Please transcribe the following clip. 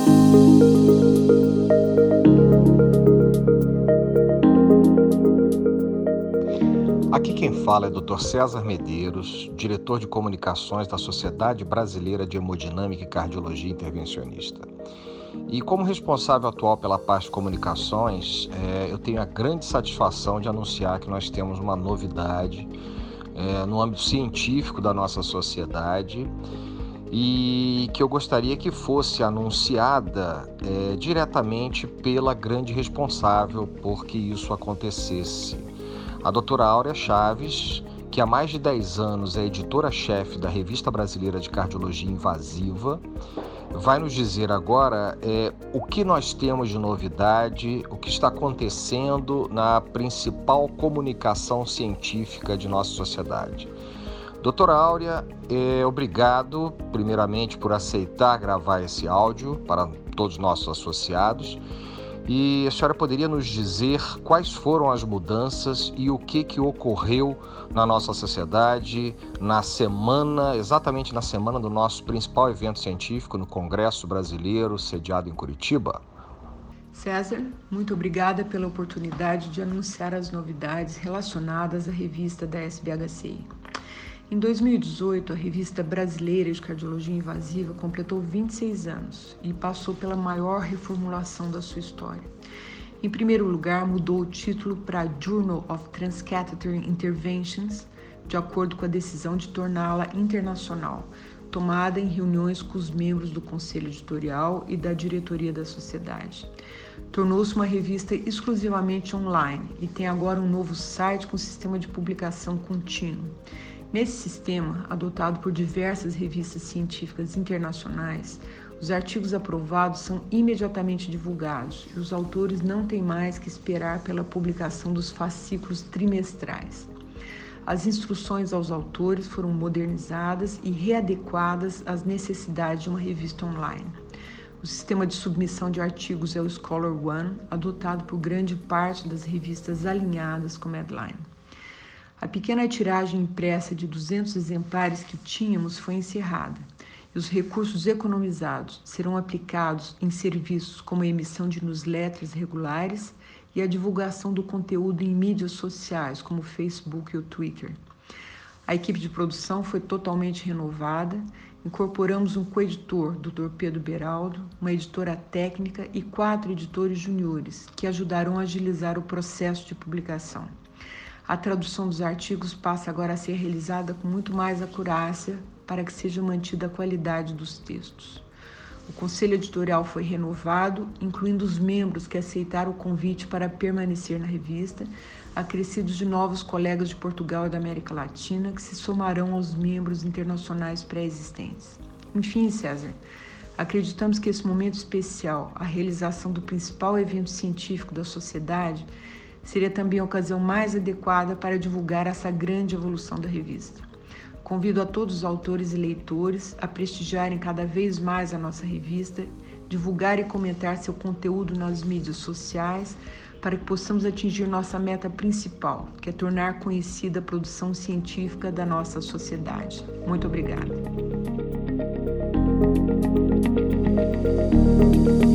Aqui quem fala é Dr. César Medeiros, diretor de comunicações da Sociedade Brasileira de Hemodinâmica e Cardiologia Intervencionista. E como responsável atual pela parte de comunicações, eu tenho a grande satisfação de anunciar que nós temos uma novidade no âmbito científico da nossa sociedade e que eu gostaria que fosse anunciada diretamente pela grande responsável por que isso acontecesse. A doutora Áurea Chaves, que há mais de 10 anos é editora-chefe da Revista Brasileira de Cardiologia Invasiva, vai nos dizer agora o que nós temos de novidade, o que está acontecendo na principal comunicação científica de nossa sociedade. Doutora Áurea, obrigado, primeiramente, por aceitar gravar esse áudio para todos os nossos associados. E a senhora poderia nos dizer quais foram as mudanças e o que ocorreu na nossa sociedade exatamente na semana do nosso principal evento científico, no Congresso Brasileiro, sediado em Curitiba? César, muito obrigada pela oportunidade de anunciar as novidades relacionadas à revista da SBHCI. Em 2018, a Revista Brasileira de Cardiologia Invasiva completou 26 anos e passou pela maior reformulação da sua história. Em primeiro lugar, mudou o título para Journal of Transcatheter Interventions, de acordo com a decisão de torná-la internacional, tomada em reuniões com os membros do Conselho Editorial e da diretoria da sociedade. Tornou-se uma revista exclusivamente online e tem agora um novo site com sistema de publicação contínuo. Nesse sistema, adotado por diversas revistas científicas internacionais, os artigos aprovados são imediatamente divulgados e os autores não têm mais que esperar pela publicação dos fascículos trimestrais. As instruções aos autores foram modernizadas e readequadas às necessidades de uma revista online. O sistema de submissão de artigos é o Scholar One, adotado por grande parte das revistas alinhadas com Medline. A pequena tiragem impressa de 200 exemplares que tínhamos foi encerrada e os recursos economizados serão aplicados em serviços como a emissão de newsletters regulares e a divulgação do conteúdo em mídias sociais como o Facebook e o Twitter. A equipe de produção foi totalmente renovada, incorporamos um coeditor, Dr. Pedro Beraldo, uma editora técnica e 4 editores juniores que ajudarão a agilizar o processo de publicação. A tradução dos artigos passa agora a ser realizada com muito mais acurácia para que seja mantida a qualidade dos textos. O conselho editorial foi renovado, incluindo os membros que aceitaram o convite para permanecer na revista, acrescidos de novos colegas de Portugal e da América Latina, que se somarão aos membros internacionais pré-existentes. Enfim, César, acreditamos que esse momento especial, a realização do principal evento científico da sociedade, seria também a ocasião mais adequada para divulgar essa grande evolução da revista. Convido a todos os autores e leitores a prestigiarem cada vez mais a nossa revista, divulgar e comentar seu conteúdo nas mídias sociais, para que possamos atingir nossa meta principal, que é tornar conhecida a produção científica da nossa sociedade. Muito obrigada.